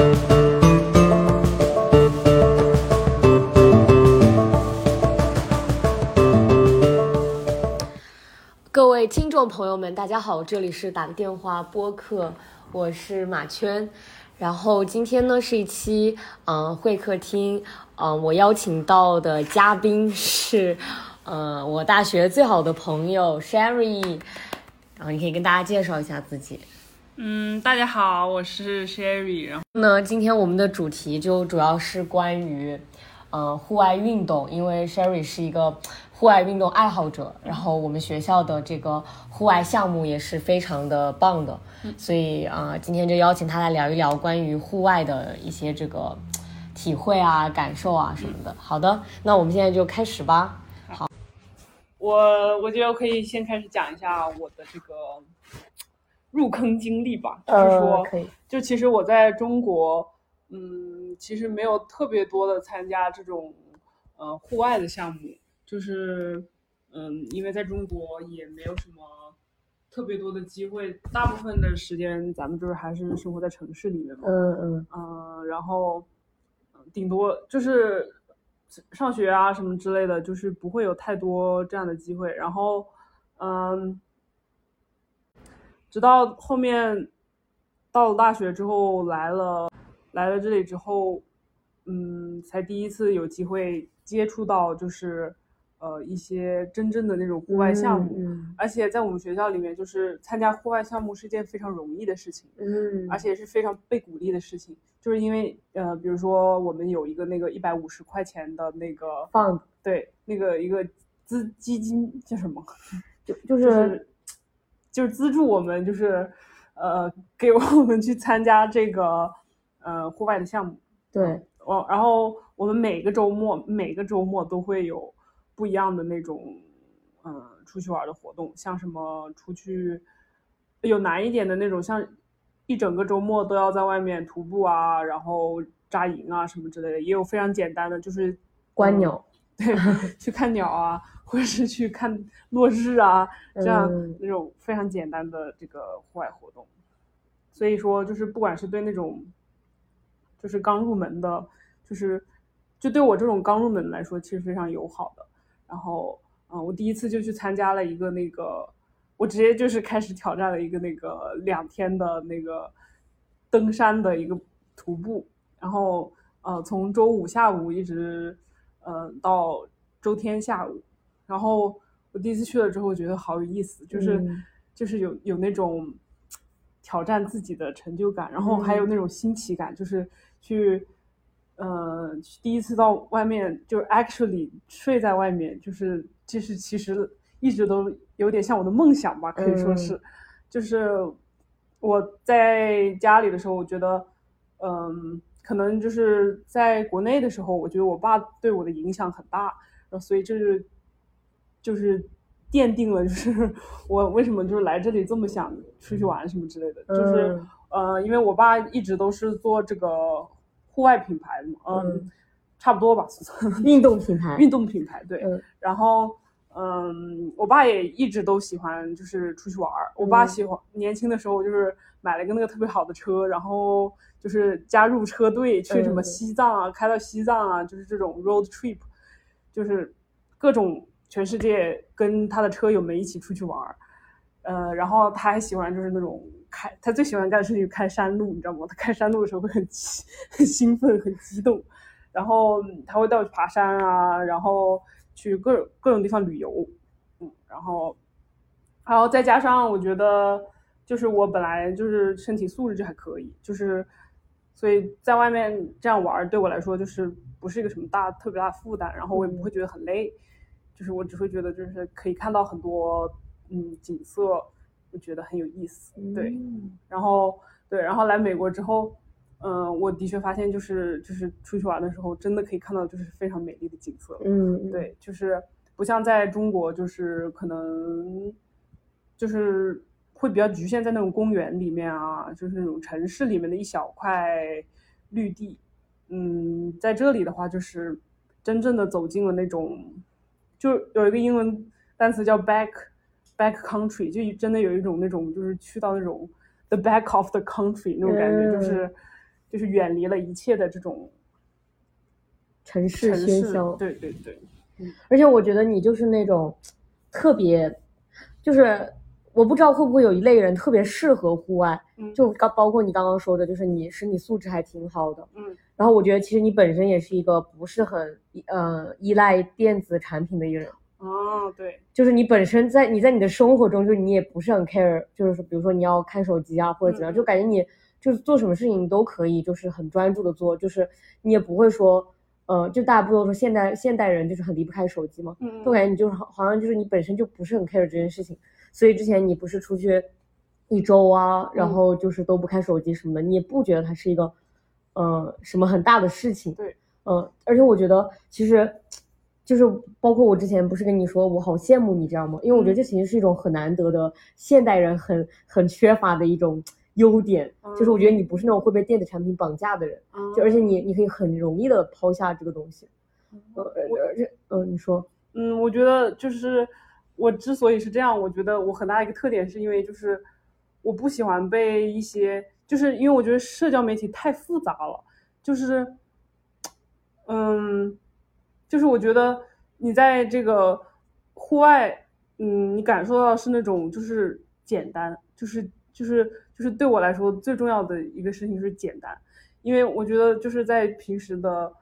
各位听众朋友们，大家好，这里是打个电话播客，我是马圈。然后今天呢是一期会客厅，我邀请到的嘉宾是我大学最好的朋友 Sherry， 然后你可以跟大家介绍一下自己。 大家好，我是 Sherry。然后呢，今天我们的主题就主要是关于户外运动，因为 Sherry 是一个户外运动爱好者，然后我们学校的这个户外项目也是非常的棒的，所以今天就邀请他来聊一聊关于户外的一些这个体会啊、感受啊什么的。好的，那我们现在就开始吧。好， 我觉得我可以先开始讲一下我的这个入坑经历吧，就是说， 可以， 就其实我在中国，其实没有特别多的参加这种户外的项目。就是因为在中国也没有什么特别多的机会，大部分的时间咱们就是还是生活在城市里面嘛，然后顶多就是上学啊什么之类的，就是不会有太多这样的机会。然后直到后面到了大学之后来了这里之后，才第一次有机会接触到就是一些真正的那种户外项目，而且在我们学校里面，就是参加户外项目是一件非常容易的事情，而且是非常被鼓励的事情，就是因为比如说我们有一个那个150块钱的那个对，那个一个基金叫什么，就是资助我们，就是给我们去参加这个户外的项目， 对， 然后我们每个周末都会有不一样的那种出去玩的活动，像什么出去有难一点的那种，像一整个周末都要在外面徒步啊，然后扎营啊什么之类的，也有非常简单的，就是观鸟， 对，去看鸟啊，或者是去看落日啊，这样那种非常简单的这个户外活动。所以说，就是不管是对那种就是刚入门的，就对我这种刚入门来说，其实非常友好的。然后，我第一次就去参加了一个那个，我直接就是开始挑战了一个那个2天的那个登山的一个徒步，然后从周五下午一直到周天下午，然后我第一次去了之后，觉得好有意思，就是有那种挑战自己的成就感，然后还有那种新奇感，就是去第一次到外面，就是 actually 睡在外面，就是其实一直都有点像我的梦想吧，可以说是，就是我在家里的时候，我觉得可能就是在国内的时候，我觉得我爸对我的影响很大，然后所以就是奠定了就是我为什么就是来这里这么想出去玩什么之类的，就是因为我爸一直都是做这个户外品牌的嘛，差不多吧， 运动品牌， 对，然后我爸也一直都喜欢就是出去玩，我爸喜欢年轻的时候就是买了一个那个特别好的车，然后就是加入车队去什么西藏啊，开到西藏啊，就是这种 road trip， 就是各种全世界跟他的车友们一起出去玩，然后他还喜欢就是那种他最喜欢干的事情开山路，你知道吗？他开山路的时候会很兴奋很激动，然后他会带我去爬山啊，然后去各种地方旅游，然后再加上我觉得就是我本来就是身体素质就还可以，就是所以在外面这样玩对我来说就是不是一个什么特别大的负担，然后我也不会觉得很累，就是我只会觉得就是可以看到很多景色，我觉得很有意思，对，然后来美国之后，我的确发现就是出去玩的时候真的可以看到就是非常美丽的景色，对，就是不像在中国就是可能就是会比较局限在那种公园里面啊，就是那种城市里面的一小块绿地，在这里的话就是真正的走进了那种，就有一个英文单词叫 back country， 就真的有一种那种就是去到那种 the back of the country 那种感觉， 就是远离了一切的这种城市喧嚣。 对对对， 而且我觉得你就是那种特别，就是我不知道会不会有一类人特别适合户外，就包括你刚刚说的，就是你身体素质还挺好的，然后我觉得其实你本身也是一个不是很依赖电子产品的一个人。 哦，对， 就是你本身在你的生活中，就是你也不是很 care，就是说比如说你要看手机啊或者怎么样，就感觉你就是做什么事情你都可以就是很专注的做，就是你也不会说就大家不都说现代人就是很离不开手机嘛，都感觉你就是好像就是你本身就不是很 care 这件事情，所以之前你不是出去1周啊，然后就是都不看手机什么的，你也不觉得它是一个什么很大的事情。 对， 而且我觉得其实就是包括我之前不是跟你说我好羡慕你这样吗？因为我觉得这其实是一种很难得的现代人很缺乏的一种优点，就是我觉得你不是那种会被电子产品绑架的人，就而且你可以很容易的抛下这个东西。你说。 我觉得就是我之所以是这样，我觉得我很大的一个特点是因为就是我不喜欢被一些，就是因为我觉得社交媒体太复杂了，就是就是我觉得你在这个户外，你感受到是那种就是简单，就是对我来说最重要的一个事情是简单，因为我觉得就是在平时的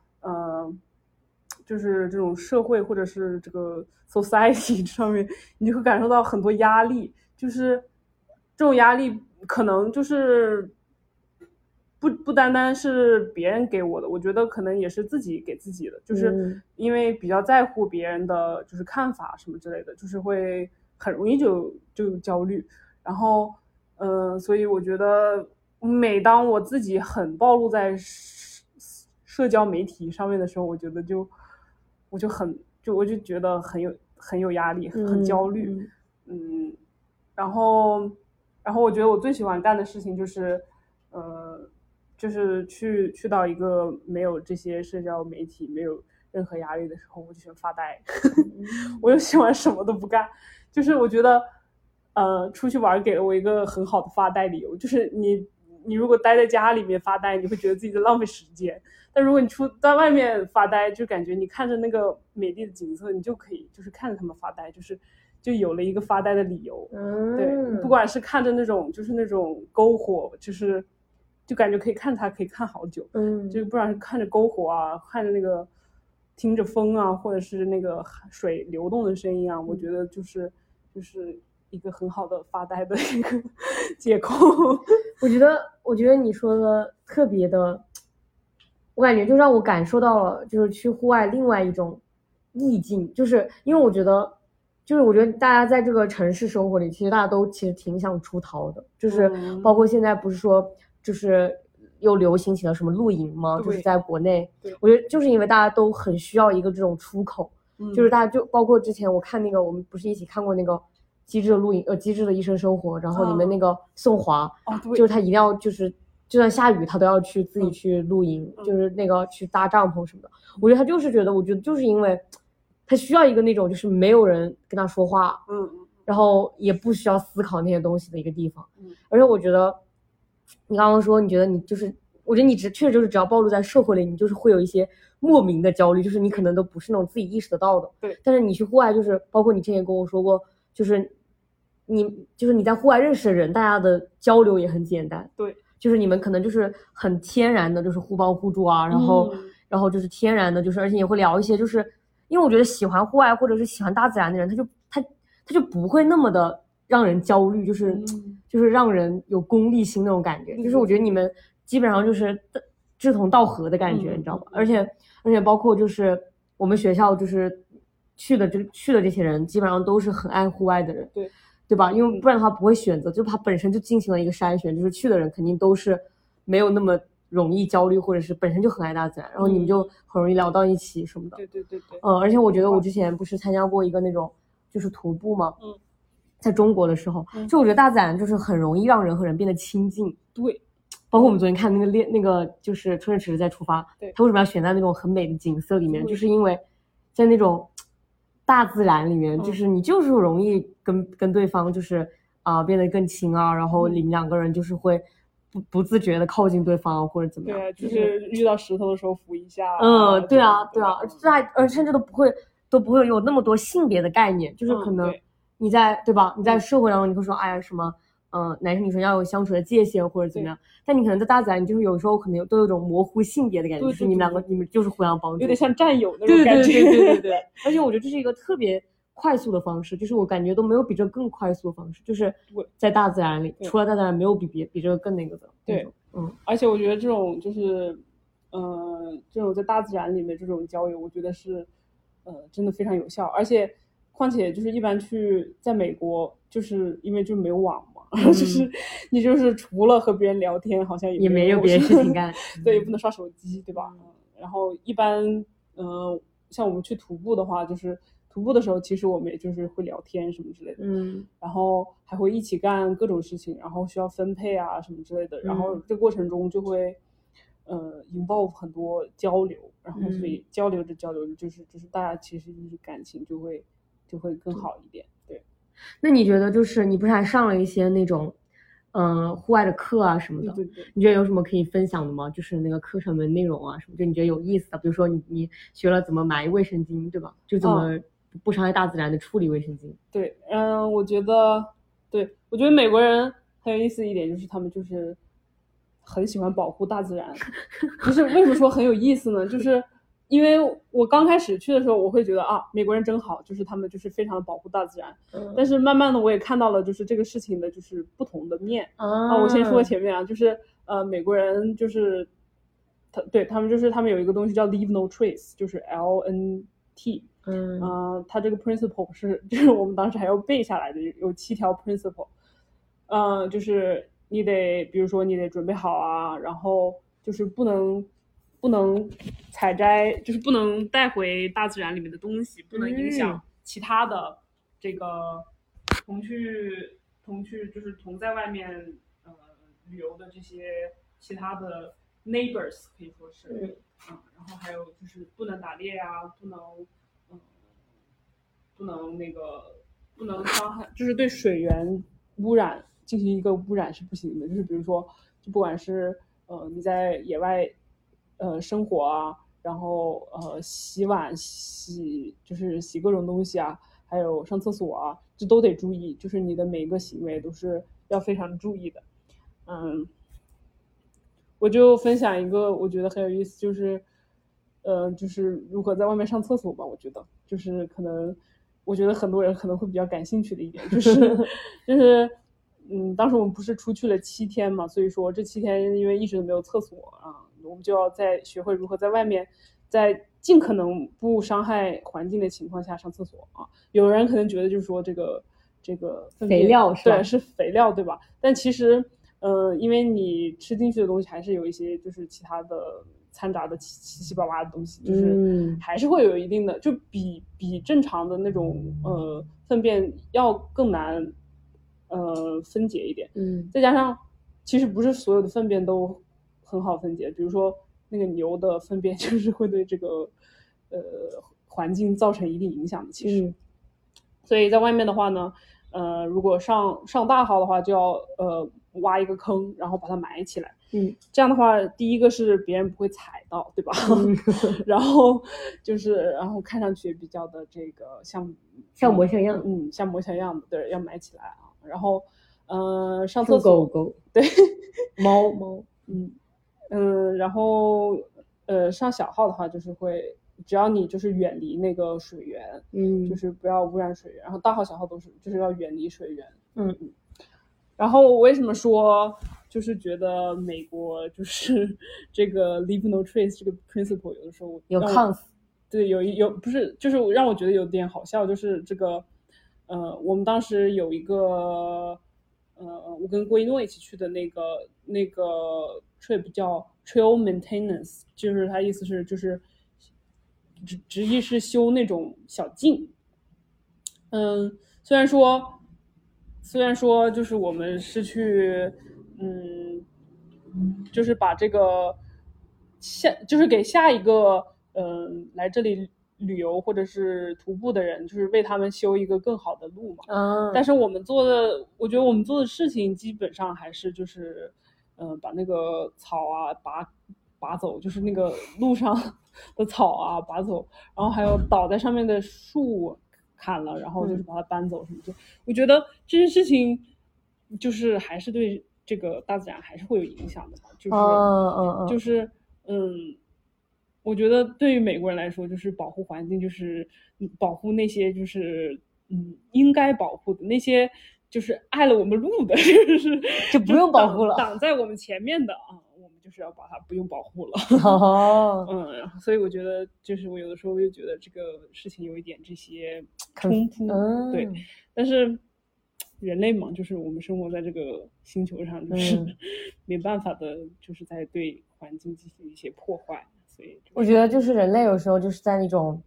就是这种社会或者是这个 society 上面，你就会感受到很多压力，就是这种压力可能就是不单单是别人给我的，我觉得可能也是自己给自己的，就是因为比较在乎别人的就是看法什么之类的，就是会很容易就焦虑，然后所以我觉得每当我自己很暴露在社交媒体上面的时候，我觉得我就觉得很有压力，很焦虑，然后我觉得我最喜欢干的事情就是就是去到一个没有这些社交媒体没有任何压力的时候，我就喜欢发呆我就喜欢什么都不干，就是我觉得出去玩给了我一个很好的发呆理由，就是你如果待在家里面发呆，你会觉得自己在浪费时间，但如果你在外面发呆，就感觉你看着那个美丽的景色，你就可以就是看着他们发呆，就有了一个发呆的理由。对，不管是看着那种就是那种篝火，就感觉可以看它可以看好久，就不然是看着篝火啊，看着那个听着风啊，或者是那个水流动的声音啊，我觉得就是一个很好的发呆的一个借口。 我觉得你说的特别的，我感觉就让我感受到了就是去户外另外一种意境，就是因为我觉得大家在这个城市生活里，其实大家都其实挺想出逃的，就是包括现在不是说就是又流行起了什么露营吗？就是在国内，我觉得就是因为大家都很需要一个这种出口，就是大家就包括之前我看那个我们不是一起看过那个机智的露营机智的医生生活，然后里面那个宋华，就是他一定要就是就算下雨他都要去自己去露营，就是那个去搭帐篷什么的，我觉得他就是觉得，我觉得就是因为他需要一个那种就是没有人跟他说话，然后也不需要思考那些东西的一个地方，而且我觉得你刚刚说你觉得你就是我觉得你确实就是只要暴露在社会里，你就是会有一些莫名的焦虑，就是你可能都不是那种自己意识得到的， 对， 但是你去户外，就是包括你之前跟我说过，就是你在户外认识的人，大家的交流也很简单， 对， 就是你们可能就是很天然的，就是互帮互助啊，然后就是天然的，就是而且也会聊一些，就是因为我觉得喜欢户外或者是喜欢大自然的人，他就不会那么的让人焦虑，就是让人有功利心那种感觉，就是我觉得你们基本上就是志同道合的感觉，你知道吧？而且包括就是我们学校就是去的这些人，基本上都是很爱户外的人，对吧？因为不然的话不会选择，就他本身就进行了一个筛选，就是去的人肯定都是没有那么容易焦虑，或者是本身就很爱大自然，然后你们就很容易聊到一起什么的。 对。 而且我觉得我之前不是参加过一个那种就是徒步嘛，在中国的时候，就我觉得大自然就是很容易让人和人变得亲近。 对， 包括我们昨天看那个就是春日池在出发，他为什么要选在那种很美的景色里面？就是因为在那种大自然里面，就是你就是容易跟对方就是变得更亲啊，然后你们两个人就是会不自觉的靠近对方或者怎么样。 对，就是遇到石头的时候扶一下。 对啊，甚至都不会有那么多性别的概念，就是可能你在对吧？你在社会当中你会说哎呀什么。男生女生要有相处的界限或者怎么样，但你可能在大自然，你就是有时候可能都有一种模糊性别的感觉，就是你们两个你们就是互相帮助， 有点像战友那种感觉。 对。而且我觉得这是一个特别快速的方式，就是我感觉都没有比这更快速的方式，就是在大自然里，除了大自然没有比这个更那个的。 对，而且我觉得这种就是这种在大自然里面这种交友，我觉得是真的非常有效，而且况且就是一般去在美国，就是因为就没有网嘛。就是你就是除了和别人聊天，好像也没有别的事情干， 对，也不能刷手机，对吧？然后一般像我们去徒步的话，就是徒步的时候，其实我们也就是会聊天什么之类的，然后还会一起干各种事情，然后需要分配啊什么之类的，然后这过程中就会引爆很多交流，然后所以交流就是大家其实就是感情就会更好一点。对。 那你觉得就是你不是还上了一些那种户外的课啊什么的？ 对， 你觉得有什么可以分享的吗？就是那个课程的内容啊什么，就你觉得有意思的，比如说你学了怎么埋卫生巾，对吧？就怎么不伤害大自然的处理卫生巾。 对，我觉得美国人很有意思一点就是他们就是很喜欢保护大自然。就是为什么说很有意思呢？就是因为我刚开始去的时候，我会觉得美国人真好，就是他们就是非常保护大自然。但是慢慢的我也看到了就是这个事情的就是不同的面。我先说前面啊，就是美国人就是他们有一个东西叫 leave no trace， 就是 LNT。它这个 principle 就是我们当时还要背下来的，有7条 principle。就是你得比如说你得准备好啊，然后就是不能采摘，就是不能带回大自然里面的东西，不能影响其他的这个同在外面旅游的这些其他的 neighbors 可以说是。然后还有就是不能打猎啊，不能伤害，就是对水源污染进行一个污染是不行的。就是比如说就不管是你在野外生活啊，然后洗碗就是洗各种东西啊，还有上厕所啊，这都得注意，就是你的每一个行为都是要非常注意的。我就分享一个我觉得很有意思，就是就是如何在外面上厕所吧。我觉得就是我觉得很多人可能会比较感兴趣的一点就是当时我们不是出去了7天嘛，所以说这7天因为一直都没有厕所我们就要再学会如何在外面在尽可能不伤害环境的情况下上厕所有人可能觉得就是说这个肥料是吧？ 对，是肥料对吧？但其实因为你吃进去的东西还是有一些就是其他的掺杂的七七八八的东西，就是还是会有一定的，就比正常的那种粪便要更难分解一点。再加上其实不是所有的粪便都很好分解，比如说那个牛的粪便就是会对这个环境造成一定影响的。其实所以在外面的话呢如果上大号的话就要挖一个坑，然后把它埋起来。这样的话第一个是别人不会踩到，对吧？然后看上去比较的这个像模像样。 像模像样的，对，要埋起来然后上厕所狗对猫然后上小号的话就是会只要你就是远离那个水源就是不要污染水源，然后大号小号都是就是要远离水源。然后我为什么说就是觉得美国就是这个 leave no trace 这个 principle 有的时候有 cons， 对，有不是就是让我觉得有点好笑，就是这个我们当时有一个我跟郭一诺一起去的那个 trip 叫 trail maintenance， 就是它意思是就是直译是修那种小径。虽然说就是我们是去就是把这个就是给下一个来这里旅游或者是徒步的人，就是为他们修一个更好的路嘛。但是我觉得我们做的事情基本上还是就是把那个草啊拔走，就是那个路上的草啊拔走，然后还有倒在上面的树砍了，然后就是把它搬走什么的。我觉得这件事情就是还是对这个大自然还是会有影响的嘛，就是我觉得对于美国人来说，就是保护环境，就是保护那些就是应该保护的那些，就是碍了我们路的， 就不用保护了， 挡在我们前面的啊，我们就是要把它不用保护了。然后所以我觉得，就是我有的时候又觉得这个事情有一点这些冲突，对，但是人类嘛，就是我们生活在这个星球上，就是没办法的，就是在对环境进行一些破坏。 我觉得就是人类有时候就是在那种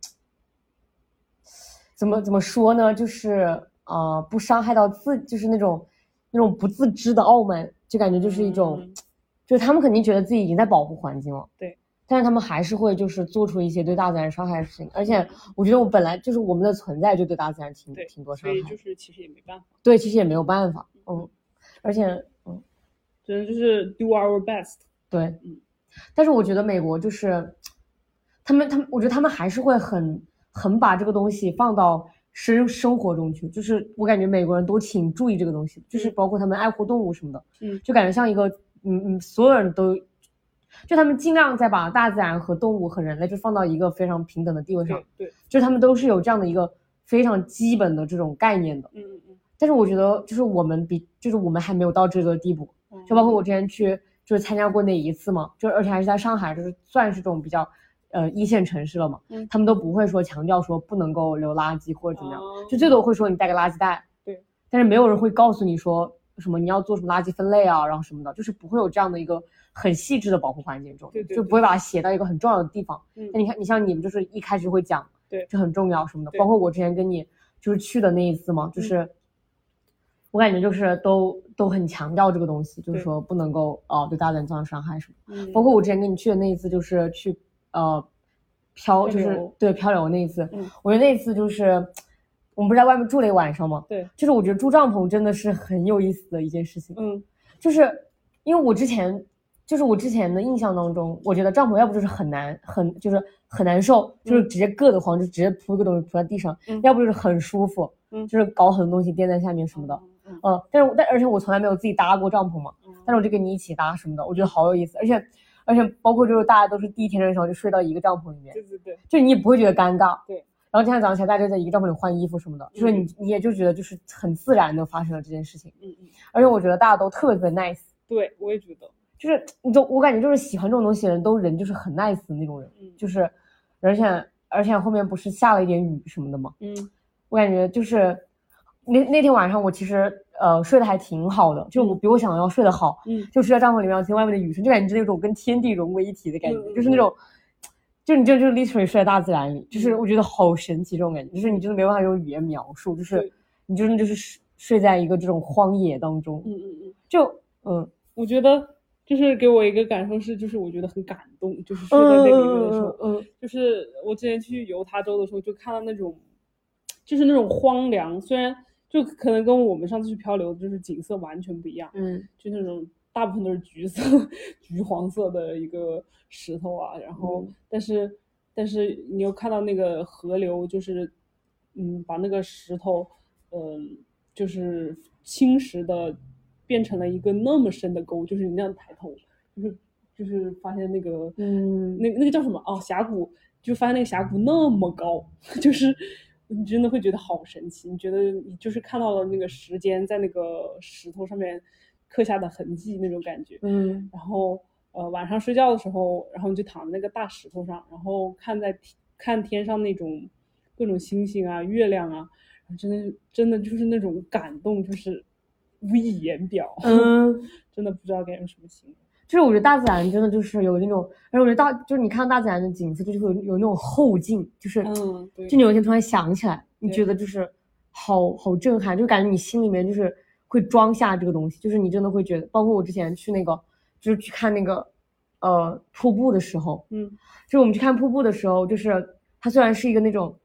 怎么说呢，就是不伤害到就是那种不自知的傲慢，就感觉就是一种，就是他们肯定觉得自己已经在保护环境了， 对， 但是他们还是会就是做出一些对大自然伤害的事情，而且我觉得我本来就是我们的存在就对大自然挺多伤害， 所以就是其实也没办法， 对，其实也没有办法，而且只能就是 do our best， 对，但是我觉得美国就是他们我觉得他们还是会很把这个东西放到生活中去，就是我感觉美国人都挺注意这个东西，就是包括他们爱护动物什么的，就感觉像一个所有人都就他们尽量在把大自然和动物和人类就放到一个非常平等的地位上， 对， 就是他们都是有这样的一个非常基本的这种概念的，但是我觉得就是我们还没有到这个地步，就包括我之前去就是参加过那一次嘛，就而且还是在上海，就是算是这种比较一线城市了嘛，他们都不会说强调说不能够留垃圾或者怎么样，就最多会说你带个垃圾袋， 对， 但是没有人会告诉你说什么你要做什么垃圾分类啊，然后什么的，就是不会有这样的一个很细致的保护环境这种， 对， 就不会把它写到一个很重要的地方。那你看，你像你们就是一开始会讲， 对， 这很重要什么的，包括我之前跟你就是去的那一次嘛，就是我感觉就是都很强调这个东西，就是说不能够对大自然造成伤害什么。包括我之前跟你去的那一次，就是去漂流那一次，我觉得那一次就是我们不是在外面住了一晚上吗？ 对， 就是我觉得住帐篷真的是很有意思的一件事情。就是因为我之前的印象当中，我觉得帐篷要不就是很难受，就是直接硌得慌，就直接铺一个东西铺在地上，要不就是很舒服，就是搞很多东西垫在下面什么的。而且我从来没有自己搭过帐篷嘛，但是我就跟你一起搭什么的，我觉得好有意思，而且包括就是大家都是第一天的时候就睡到一个帐篷里面， 对， 就你也不会觉得尴尬， 对。 然后第二天早上起来大家就在一个帐篷里换衣服什么的，就是你也就觉得就是很自然的发生了这件事情，而且我觉得大家都特别特别 nice， 对，我也觉得， 就是我感觉就是喜欢这种东西的人就是很 nice 的那种人，就是而且后面不是下了一点雨什么的嘛，我感觉就是那天晚上我其实睡得还挺好的，就我比我想要睡得好，就睡在帐篷里面听外面的雨声，就感觉那种跟天地融为一体的感觉，就是那种就你就是 literally 睡在大自然里，就是我觉得好神奇这种感觉，就是你真的没办法用语言描述，就是你真的就是睡在一个这种荒野当中， 我觉得就是给我一个感受是，就是我觉得很感动，就是睡在那里面的时候，就是我之前去犹他州的时候，就看到那种就是那种荒凉，虽然就可能跟我们上次去漂流就是景色完全不一样，就那种大部分都是橘黄色的一个石头啊，然后但是你又看到那个河流就是把那个石头就是侵蚀的变成了一个那么深的沟，就是你那样抬头就是发现那个那个叫什么峡谷，就发现那个峡谷那么高，就是你真的会觉得好神奇，你觉得你就是看到了那个时间在那个石头上面刻下的痕迹那种感觉，然后晚上睡觉的时候，然后你就躺在那个大石头上，然后看天上那种各种星星啊月亮啊，真的就是那种感动，就是无以言表，真的不知道该用什么形容。 就是我觉得大自然真的就是有那种，而且我觉得就是你看到大自然的景色，就是有那种后劲，就是就你有一天突然想起来，你觉得就是好震撼，就感觉你心里面就是会装下这个东西，就是你真的会觉得，包括我之前去那个就是去看那个瀑布的时候，就是我们去看瀑布的时候，就是它虽然是一个那种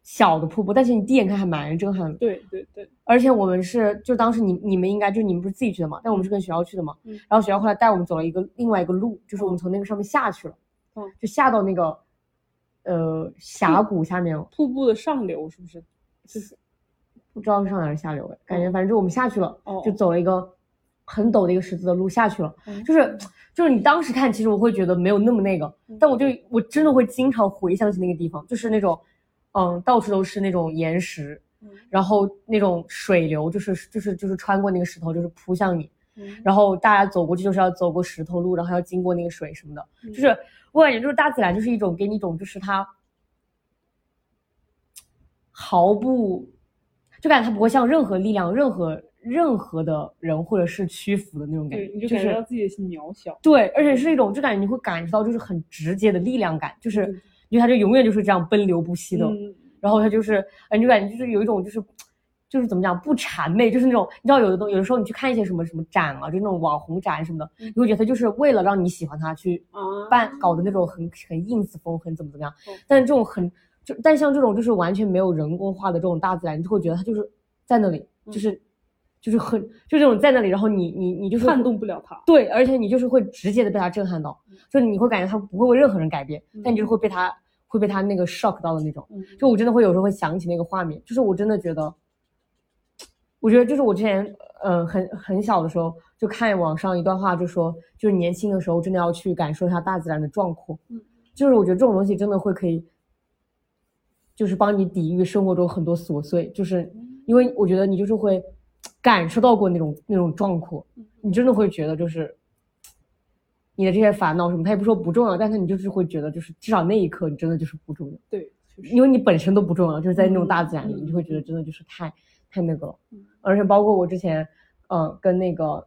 小的瀑布，但是你第一眼看还蛮震撼的。 对对对， 而且我们是就当时你们应该就你们不是自己去的嘛，但我们是跟学校去的嘛，然后学校后来带我们走了另外一个路，就是我们从那个上面下去了，就下到那个峡谷下面了， 瀑布的上流是不是？ 就是不知道是上流还是下流，感觉反正就我们下去了，就走了一个很陡的一个十字的路下去了，就是你当时看，其实我会觉得没有那么那个，但我真的会经常回想起那个地方，就是那种到处都是那种岩石，然后那种水流就是穿过那个石头就是扑向你，然后大家走过去就是要走过石头路，然后要经过那个水什么的，就是我感觉就是大自然就是一种给你一种就是它毫不就感觉它不会向任何力量任何的人或者是屈服的那种感觉， 对，你就感觉到自己的渺小， 对，而且是一种就感觉你会感受到就是很直接的力量感，就是因为它就永远就是这样奔流不息的，然后它就是你就感觉就是有一种就是怎么讲不谄媚，就是那种你知道有的时候你去看一些什么展啊，就那种网红展什么的，你会觉得它就是为了让你喜欢它去搞的那种很ins风很怎么样，但是这种但像这种就是完全没有人工化的这种大自然，你就会觉得它就是在那里，就是很就这种在那里，然后你就是撼动不了它， 对，而且你就是会直接的被它震撼到，就你会感觉它不会为任何人改变，但你就是会被它那个 shock 到的那种，就我真的会有时候会想起那个画面，就是我真的觉得，我觉得就是我之前很小的时候就看网上一段话，就说就是年轻的时候真的要去感受一下大自然的壮阔，就是我觉得这种东西真的会可以，就是帮你抵御生活中很多琐碎，就是因为我觉得你就是会感受到过那种壮阔，你真的会觉得就是你的这些烦恼什么，他也不说不重要，但是你就是会觉得就是至少那一刻你真的就是不重要， 对， 因为你本身都不重要，就是在那种大自然里，你就会觉得真的就是太那个了，而且包括我之前跟那个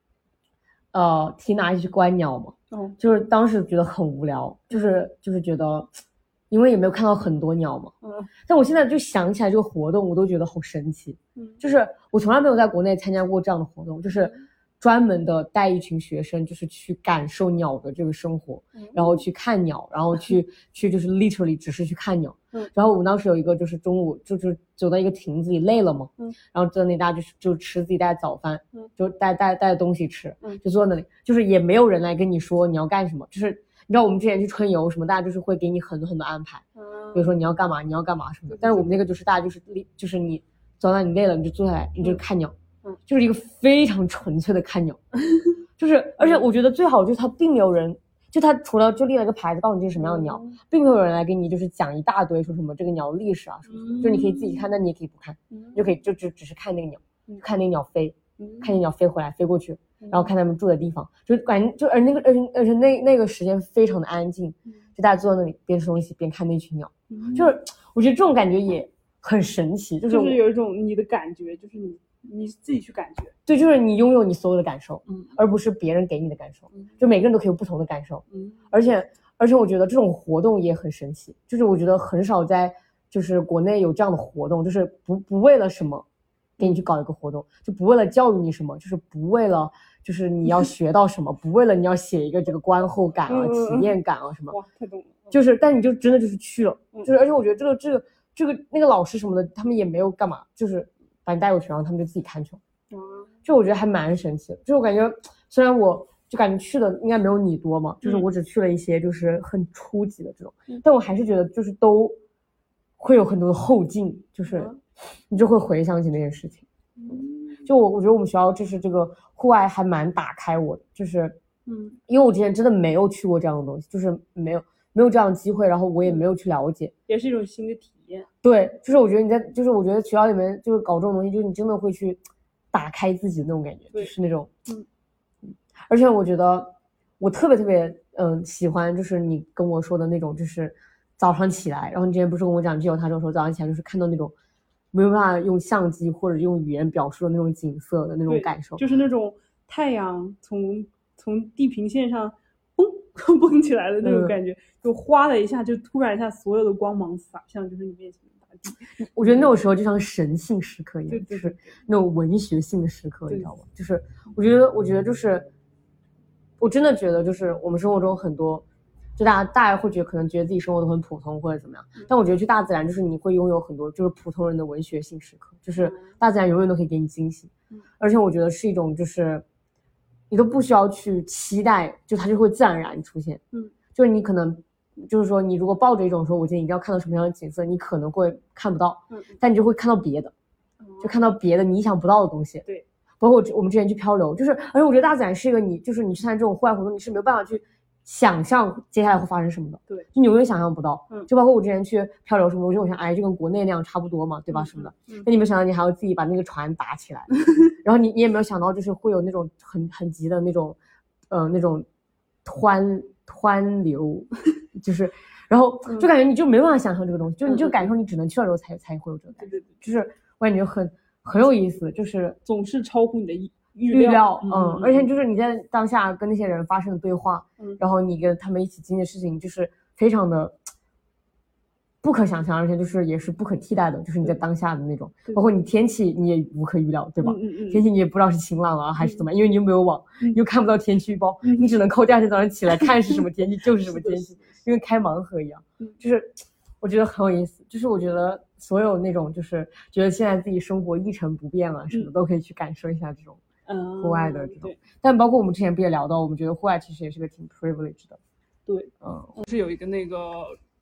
Tina 一起去观鸟嘛，就是当时觉得很无聊，就是觉得因为也没有看到很多鸟嘛，但我现在就想起来这个活动我都觉得好神奇，就是我从来没有在国内参加过这样的活动，就是专门的带一群学生就是去感受鸟的这个生活，然后去看鸟，然后去就是 literally 只是去看鸟，然后我们当时有一个就是中午就是走到一个亭子里累了嘛，然后在那大家就吃自己带早饭，就带东西吃，就坐那里，就是也没有人来跟你说你要干什么，就是你知道我们之前去春游什么，大家就是会给你很多安排，比如说你要干嘛什么的，但是我们那个就是大家就是你走到你累了你就坐下来你就看鸟，就是一个非常纯粹的看鸟，就是而且我觉得最好就是他并没有人，就他除了就立了个牌子告诉你这是什么样的鸟，并没有人来给你就是讲一大堆说什么这个鸟的历史啊什么，就你可以自己看，但你也可以不看，你就可以就只是看那个鸟，看那个鸟飞，看那鸟飞回来飞过去，然后看他们住的地方，就感觉就而且那个时间非常的安静，就大家坐在那里边吃东西边看那群鸟，就是我觉得这种感觉也很神奇，就是有一种你的感觉，就是你自己去感觉， 对，就是你拥有你所有的感受，而不是别人给你的感受，就每个人都可以有不同的感受，而且我觉得这种活动也很神奇，就是我觉得很少在就是国内有这样的活动，就是不为了什么给你去搞一个活动，就不为了教育你什么，就是不为了就是你要学到什么，不为了你要写一个这个观后感啊、体验感啊什么， 哇，太懂了， 就是但你就真的就是去了，就是而且我觉得这个那个老师什么的，他们也没有干嘛，就是把你带过去，然后他们就自己看去了，就我觉得还蛮神奇的，就是我感觉虽然我就感觉去的应该没有你多嘛，就是我只去了一些就是很初级的这种，但我还是觉得就是都会有很多的后劲，就是你就会回想起那件事情，就我觉得我们学校就是这个户外还蛮打开我的，就是因为我之前真的没有去过这样的东西，就是没有这样的机会，然后我也没有去了解， 也是一种新的体验。 对，就是我觉得就是我觉得学校里面就是搞这种东西，就是你真的会去打开自己的那种感觉，就是那种而且我觉得我特别喜欢就是你跟我说的那种，就是早上起来，然后你之前不是跟我讲具有他这种说早上起来就是看到那种没有办法用相机或者用语言表述的那种景色的那种感受， 就是那种太阳从地平线上蹦起来的那种感觉，就哗的一下，就突然一下所有的光芒洒向就是你面前的大地。 我觉得那种时候就像神性时刻一样，就是那种文学性的时刻，你知道吗？就是我觉得就是我真的觉得就是我们生活中很多就大家会可能觉得自己生活都很普通或者怎么样，但我觉得去大自然就是你会拥有很多就是普通人的文学性时刻，就是大自然永远都可以给你惊喜，而且我觉得是一种就是你都不需要去期待，就它就会自然而然出现，就是你可能就是说你如果抱着一种说我今天一定要看到什么样的景色，你可能会看不到，但你就会看到别的，就看到别的你意想不到的东西。 对， 包括我们之前去漂流，就是而且我觉得大自然是一个你就是你去参加这种户外活动，你是没有办法去想象接下来会发生什么的， 对， 就你永远想象不到。就包括我之前去漂流什么，我就想，哎，就跟国内那样差不多嘛，对吧？什么的。那你没想到你还要自己把那个船打起来，然后你也没有想到就是会有那种很急的那种，那种湍流，就是，然后就感觉你就没办法想象这个东西，就你就感受你只能去了之后才会有这个感觉，就是我感觉很有意思，就是总是超乎你的预料，而且就是你在当下跟那些人发生的对话，然后你跟他们一起经历的事情，就是非常的不可想象，而且就是也是不可替代的，就是你在当下的那种，包括你天气你也无可预料，对吧？天气你也不知道是晴朗啊还是怎么样，因为你又没有网，你又看不到天气预报，你只能靠第二天早上起来看是什么天气就是什么天气，就跟开盲盒一样，就是我觉得很有意思，就是我觉得所有那种就是觉得现在自己生活一成不变了什么都可以去感受一下这种户外的这种，但包括我们之前不也聊到，我们觉得户外其实也是个挺 privileged 的。 对，是有一个那个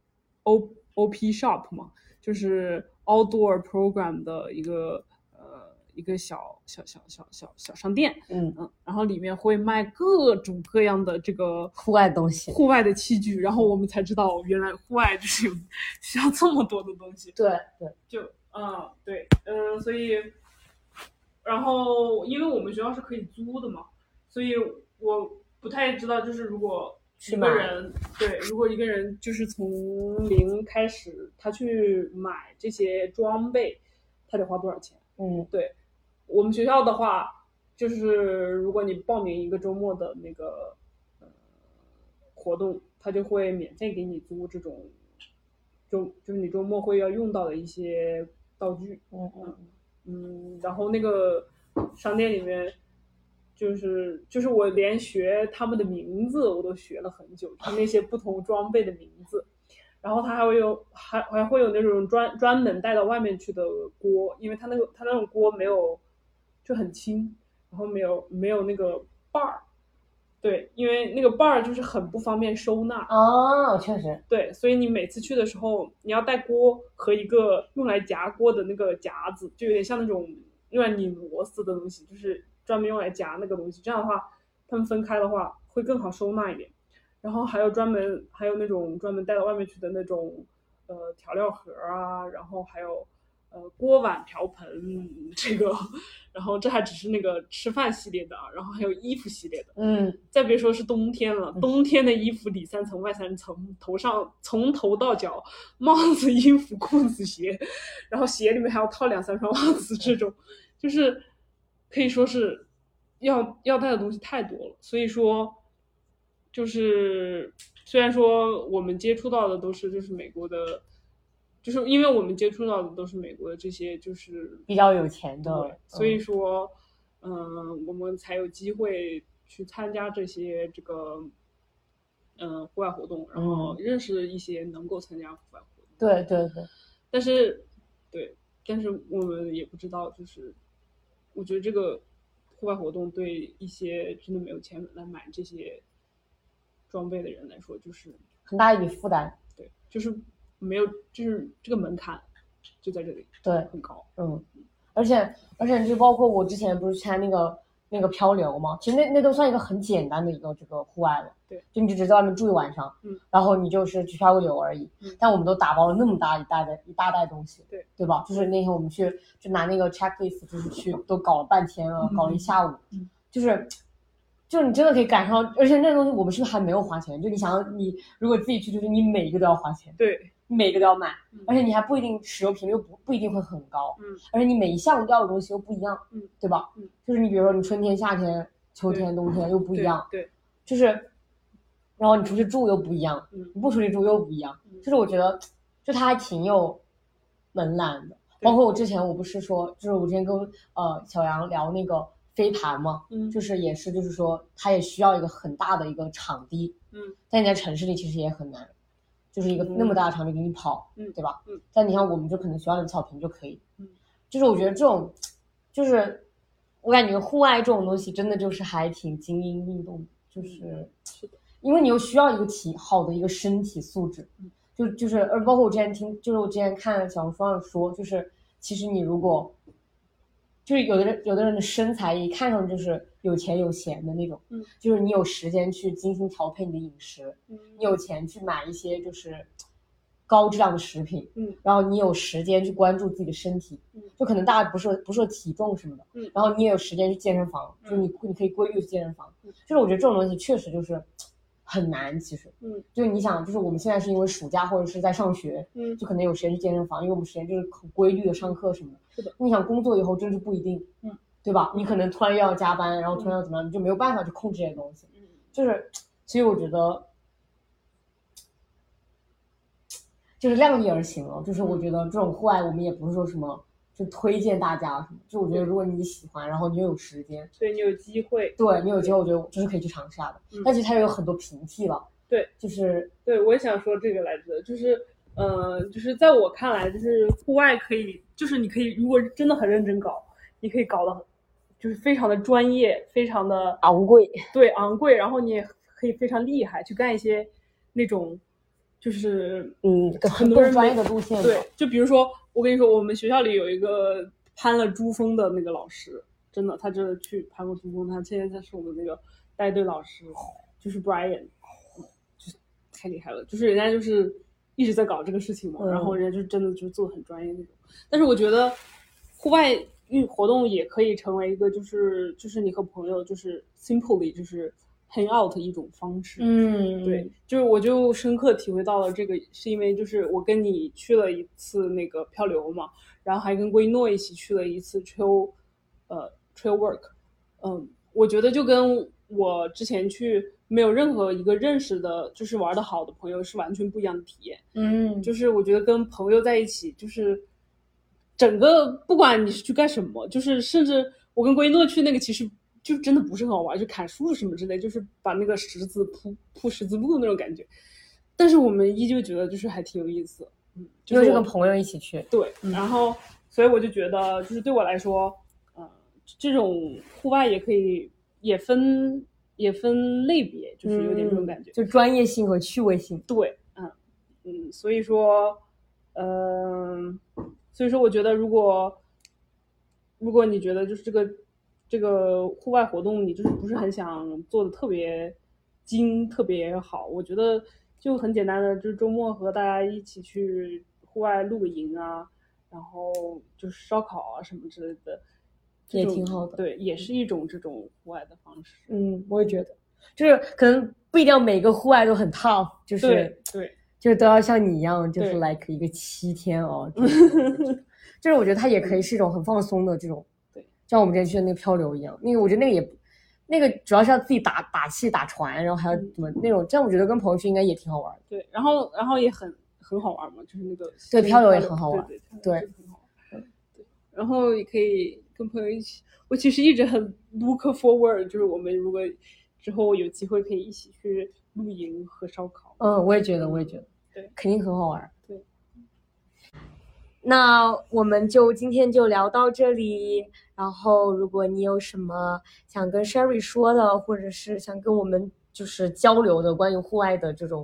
OP shop 嘛，就是 outdoor program 的一个小商店，然后里面会卖各种各样的这个户外东西， 户外的器具，然后我们才知道原来户外就是需要这么多的东西。 对， 就对，所以。然后，因为我们学校是可以租的嘛，所以我不太知道，就是如果一个人就是从零开始，他去买这些装备，他得花多少钱？对，我们学校的话，就是如果你报名一个周末的那个活动，他就会免费给你租这种，就是你周末会要用到的一些道具，然后那个商店里面，就是我连学他们的名字我都学了很久，就那些不同装备的名字，然后他还会有那种专门带到外面去的锅，因为他那种锅没有就很轻，然后没有那个把儿。对，因为那个把儿就是很不方便收纳。 确实。 对，所以你每次去的时候，你要带锅和一个用来夹锅的那个夹子，就有点像那种用来拧螺丝的东西，就是专门用来夹那个东西。这样的话，它们分开的话会更好收纳一点。然后还有那种专门带到外面去的那种调料盒啊，然后还有锅碗瓢盆这个，然后这还只是那个吃饭系列的，然后还有衣服系列的，再别说是冬天了，冬天的衣服里3层外3层，头上从头到脚，帽子、衣服、裤子、鞋，然后鞋里面还要套2-3双袜子，这种就是可以说是要带的东西太多了，所以说就是虽然说我们接触到的都是就是美国的。就是因为我们接触到的都是美国的这些，就是比较有钱的， 所以说，我们才有机会去参加这些这个，户外活动，然后认识一些能够参加户外活动。 对。 但是我们也不知道，就是我觉得这个户外活动对一些真的没有钱来买这些装备的人来说，就是很大一笔负担。 对，就是没有，就是这个门槛就在这里， 对， 很高。 而且就包括我之前不是参那个漂流嘛，其实那都算一个很简单的一个这个户外了。 对， 就你只在外面住一晚上，然后你就是去漂个流而已。但我们都打包了那么大一大袋东西，对吧？就是那天我们去就拿那个 checklist， 就是去都搞了半天了，搞了一下午，就是你真的可以感受到，而且那东西我们是不是还没有花钱？就你想要你如果自己去，就是你每一个都要花钱。 对。 每个都要买，而且你还不一定使用频率又不一定会很高，而且你每一项要的东西又不一样，对吧？就是你比如说你春天、夏天、秋天、冬天又不一样， 对， 就是，然后你出去住又不一样，你不出去住又不一样，就是我觉得，就它还挺有门槛的。包括我之前我不是说，就是我之前跟小杨聊那个飞盘嘛，就是也是就是说，它也需要一个很大的一个场地。 但你在城市里其实也很难，就是一个那么大的场地给你跑，对吧？但你像我们就可能学校的草坪就可以，就是我觉得这种，就是我感觉户外这种东西真的就是还挺精英运动，就是因为你又需要一个好的一个身体素质，就是包括我之前看小红书上说，就是其实你如果就是有的人的身材一看上去就是有钱有闲的那种，就是你有时间去精心调配你的饮食，你有钱去买一些就是高质量的食品，然后你有时间去关注自己的身体，就可能大家不说体重什么的，然后你也有时间去健身房，就是你可以规律去健身房，就是我觉得这种东西确实就是很难，其实，就是你想，就是我们现在是因为暑假或者是在上学，就可能有时间去健身房，因为我们时间就是很规律的上课什么的。 是的， 你想工作以后真是不一定，对吧？你可能突然又要加班，然后突然要怎么样，你就没有办法去控制这些东西，就是，所以我觉得，就是量力而行了。就是我觉得这种户外，我们也不是说什么就推荐大家什么，就我觉得如果你喜欢，然后你又有时间， 对你有机会， 对你有机会，我觉得就是可以去尝试下的。但其实它也有很多平替了， 对， 就是对我也想说这个来着，就是就是在我看来，就是户外可以，就是你可以如果真的很认真搞，你可以搞得就是非常的专业，非常的昂贵， 对，昂贵，然后你也可以非常厉害，去干一些那种就是很多人专业的路线。 对，就比如说我跟你说，我们学校里有一个攀了珠峰的那个老师，真的，他真的去攀过珠峰，他现在是我们那个带队老师，就是 Brian， 就是太厉害了，就是人家就是一直在搞这个事情嘛，然后人家就真的就做得很专业那种。但是我觉得户外活动也可以成为一个就是你和朋友就是 simply 就是 hang out 一种方式。对，就是我就深刻体会到了这个，是因为就是我跟你去了一次那个漂流嘛，然后还跟圭诺一起去了一次 trail work。我觉得就跟我之前去没有任何一个认识的就是玩得好的朋友是完全不一样的体验。就是我觉得跟朋友在一起，就是整个不管你是去干什么，就是甚至我跟圭诺去那个其实就真的不是很好玩，就砍树什么之类，就是把那个石子铺十字路那种感觉，但是我们依旧觉得就是还挺有意思。 就是跟朋友一起去。 对，然后所以我就觉得就是对我来说这种户外也可以也分类别，就是有点这种感觉， 就专业性和趣味性。 对，所以说我觉得如果你觉得就是这个户外活动你就是不是很想做的特别特别好，我觉得就很简单的，就是周末和大家一起去户外露个营啊，然后就是烧烤啊什么之类的， 也挺好的。 对，也是一种这种户外的方式。 我也觉得，就是可能不一定要每个户外都很 tough， 就是对， 就是都要像你一样，就是 like 一个7天哦。就是我觉得它也可以是一种很放松的这种， 对， 像我们之前去的那个漂流一样，那个我觉得那个主要是要自己打气打船，然后还要怎么那种，这样我觉得跟朋友去应该也挺好玩的。 对，然后也很好玩嘛，就是那个对漂流也很好玩， 对，很好玩。对，然后也可以跟朋友一起。我其实一直很 look forward， 就是我们如果之后有机会可以一起去露营和烧烤。 我也觉得， 对， 肯定很好玩。 对。 那我们就今天就聊到这里，然后如果你有什么想跟 Sherry 说的，或者是想跟我们就是交流的关于户外的这种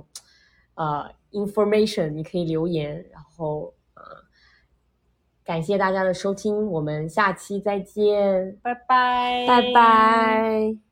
information， 你可以留言，然后感谢大家的收听，我们下期再见， 拜拜， 拜拜。